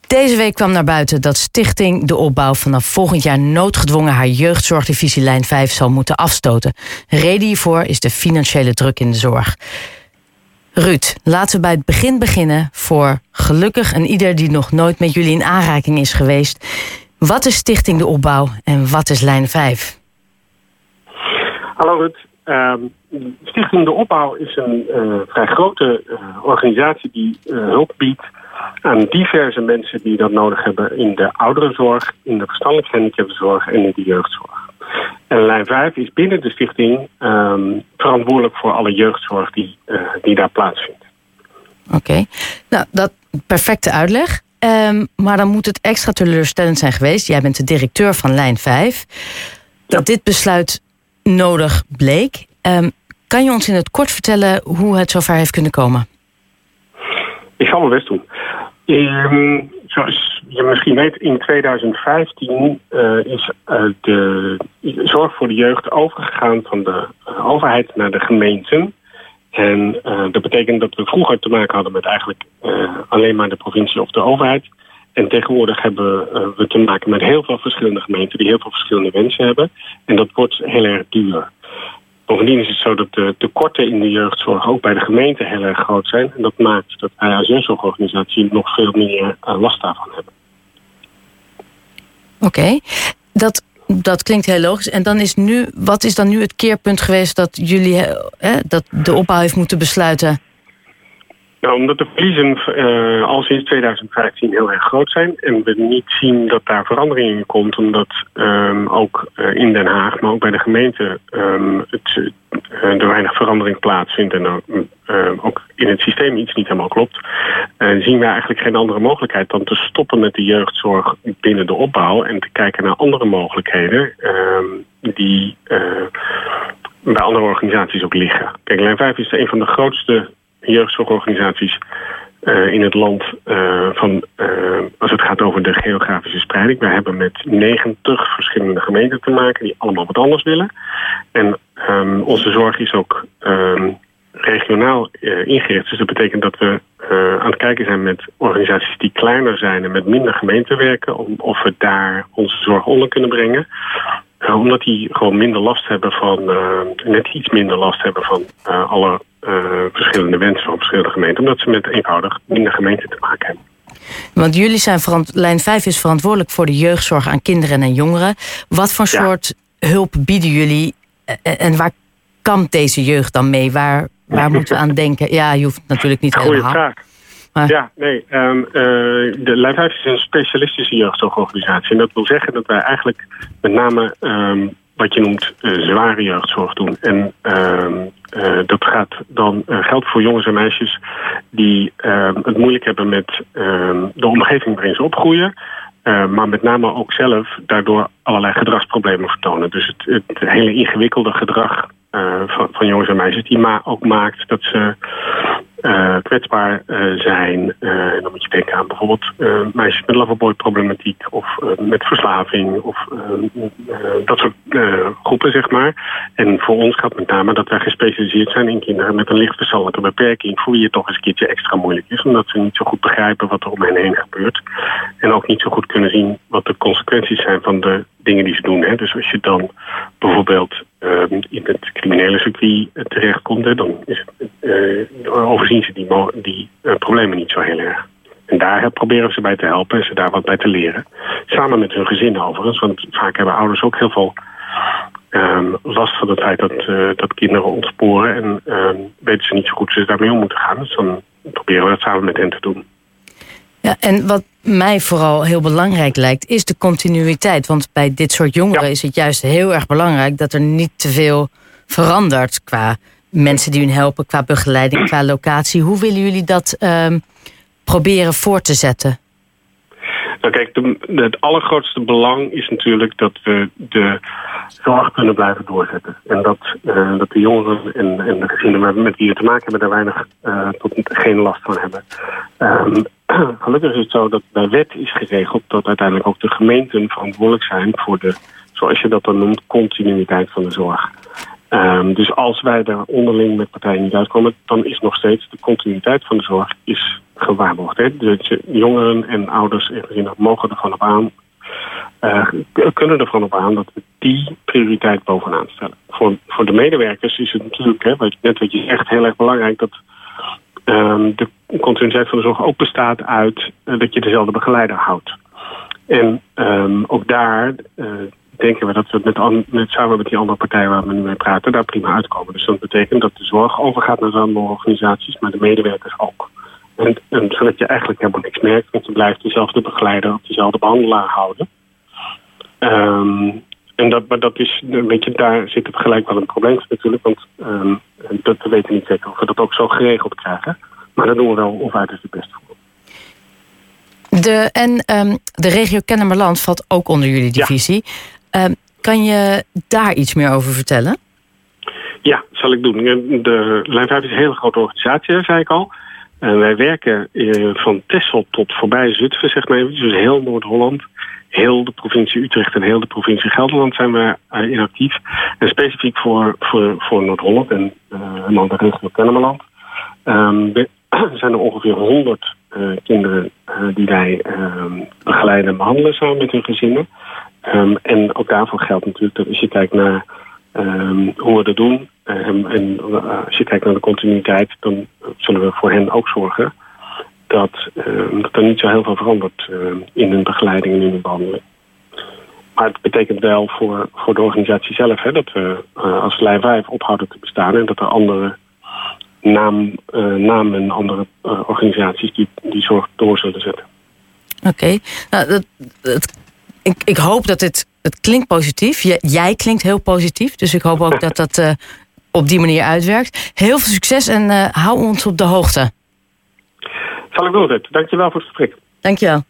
Deze week kwam naar buiten dat Stichting De Opbouw vanaf volgend jaar noodgedwongen haar jeugdzorgdivisie Lijn 5 zal moeten afstoten. Reden hiervoor is de financiële druk in de zorg. Ruud, laten we bij het begin beginnen voor gelukkig en ieder die nog nooit met jullie in aanraking is geweest. Wat is Stichting De Opbouw en wat is Lijn 5? Hallo Ruud. Stichting De Opbouw is een vrij grote organisatie die hulp biedt aan diverse mensen die dat nodig hebben in de ouderenzorg, in de verstandelijk gehandicaptenzorg en in de jeugdzorg. En Lijn 5 is binnen de stichting verantwoordelijk voor alle jeugdzorg die daar plaatsvindt. Oké. Nou, dat perfecte uitleg. Maar dan moet het extra teleurstellend zijn geweest. Jij bent de directeur van Lijn 5. Dat dit besluit nodig bleek. Kan je ons in het kort vertellen hoe het zover heeft kunnen komen? Ik zal mijn best doen. Zoals je misschien weet, in 2015 is de zorg voor de jeugd overgegaan van de overheid naar de gemeenten. En dat betekent dat we vroeger te maken hadden met eigenlijk alleen maar de provincie of de overheid. En tegenwoordig hebben we te maken met heel veel verschillende gemeenten die heel veel verschillende wensen hebben. En dat wordt heel erg duur. Bovendien is het zo dat de tekorten in de jeugdzorg ook bij de gemeente heel erg groot zijn. En dat maakt dat wij als jeugdzorgorganisatie nog veel meer last daarvan hebben. Oké, dat klinkt heel logisch. En dan wat is dan nu het keerpunt geweest dat jullie dat de opbouw heeft moeten besluiten? Nou, omdat de verliezen al sinds 2015 heel erg groot zijn en we niet zien dat daar verandering in komt, omdat ook in Den Haag, maar ook bij de gemeente er weinig verandering plaatsvindt en ook in het systeem iets niet helemaal klopt, zien wij eigenlijk geen andere mogelijkheid dan te stoppen met de jeugdzorg binnen de opbouw en te kijken naar andere mogelijkheden die bij andere organisaties ook liggen. Kijk, Lijn 5 is een van de grootste jeugdzorgorganisaties in het land als het gaat over de geografische spreiding. Wij hebben met 90 verschillende gemeenten te maken die allemaal wat anders willen. En onze zorg is ook regionaal ingericht. Dus dat betekent dat we aan het kijken zijn met organisaties die kleiner zijn en met minder gemeenten werken, of we daar onze zorg onder kunnen brengen. Omdat die gewoon minder last hebben net iets minder last hebben van alle verschillende wensen van verschillende gemeenten. Omdat ze met eenvoudig minder gemeenten te maken hebben. Want jullie zijn Lijn 5 is verantwoordelijk voor de jeugdzorg aan kinderen en jongeren. Wat voor soort hulp bieden jullie en waar kampt deze jeugd dan mee? Waar moeten we aan denken? Ja, je hoeft het natuurlijk niet helemaal. Goeie vraag. Maar... Ja, nee. De Lijn 5 is een specialistische jeugdzorgorganisatie. En dat wil zeggen dat wij eigenlijk met name wat je noemt zware jeugdzorg doen. En dat gaat dan geldt voor jongens en meisjes die het moeilijk hebben met de omgeving waarin ze opgroeien. Maar met name ook zelf daardoor allerlei gedragsproblemen vertonen. Dus het hele ingewikkelde gedrag van jongens en meisjes die ook maakt dat ze kwetsbaar zijn. En dan moet je denken aan bijvoorbeeld meisjes met loverboy-problematiek of met verslaving of dat soort groepen, zeg maar. En voor ons gaat met name dat wij gespecialiseerd zijn in kinderen met een licht verstandelijke beperking, voor wie het toch eens een keertje extra moeilijk is, omdat ze niet zo goed begrijpen wat er om hen heen gebeurt. En ook niet zo goed kunnen zien wat de consequenties zijn van de dingen die ze doen. Hè. Dus als je dan bijvoorbeeld in het criminele circuit terechtkomt, dan overzien ze die problemen niet zo heel erg. En daar proberen we ze bij te helpen en ze daar wat bij te leren. Samen met hun gezin overigens, want vaak hebben ouders ook heel veel last van het feit dat kinderen ontsporen en weten ze niet zo goed hoe ze daarmee om moeten gaan. Dus dan proberen we dat samen met hen te doen. Ja, en wat mij vooral heel belangrijk lijkt, is de continuïteit. Want bij dit soort jongeren is het juist heel erg belangrijk dat er niet te veel verandert qua mensen die hun helpen, qua begeleiding, qua locatie. Hoe willen jullie dat proberen voor te zetten? Nou kijk, het allergrootste belang is natuurlijk dat we de zorg kunnen blijven doorzetten. En dat de jongeren en de gezinnen met wie we te maken hebben daar weinig tot geen last van hebben. Gelukkig is het zo dat bij wet is geregeld dat uiteindelijk ook de gemeenten verantwoordelijk zijn voor de, zoals je dat dan noemt, continuïteit van de zorg. Dus als wij daar onderling met partijen niet uitkomen, dan is nog steeds de continuïteit van de zorg is gewaarborgd. Hè? Dus jongeren en ouders en gezinnen mogen ervan op aan, kunnen ervan op aan dat we die prioriteit bovenaan stellen. Voor de medewerkers is het natuurlijk, net wat je zegt, heel erg belangrijk dat de continuïteit van de zorg ook bestaat uit dat je dezelfde begeleider houdt. En ook daar denken we dat we samen met die andere partijen waar we nu mee praten, daar prima uitkomen. Dus dat betekent dat de zorg overgaat naar de andere organisaties, maar de medewerkers ook. En zodat je eigenlijk helemaal niks merkt, want je blijft dezelfde begeleider of dezelfde behandelaar houden. Maar dat is een beetje, daar zit het gelijk wel een probleem natuurlijk, want we weten niet zeker of we dat ook zo geregeld krijgen. Maar daar doen we wel of uiterst het best voor. De regio Kennemerland valt ook onder jullie divisie. Ja. Kan je daar iets meer over vertellen? Ja, zal ik doen. De Lijn 5 is een hele grote organisatie, zei ik al. Wij werken van Texel tot voorbij Zutphen, zeg maar even. Dus heel Noord-Holland, heel de provincie Utrecht en heel de provincie Gelderland zijn we in actief. En specifiek voor Noord-Holland en de regio Kennemerland. Zijn er ongeveer 100 kinderen die wij begeleiden en behandelen samen met hun gezinnen. En ook daarvoor geldt natuurlijk dat als je kijkt naar hoe we dat doen en als je kijkt naar de continuïteit, dan zullen we voor hen ook zorgen dat er niet zo heel veel verandert in hun begeleiding en in hun behandeling. Maar het betekent wel voor de organisatie zelf dat we als Lijn 5 ophouden te bestaan en dat er andere namen en andere organisaties die zorg door zullen zetten. Oké. Nou, ik hoop dat het klinkt positief. Jij klinkt heel positief, dus ik hoop ook dat dat op die manier uitwerkt. Heel veel succes en hou ons op de hoogte. Zal ik doen, Rut. Dankjewel voor het gesprek. Dankjewel.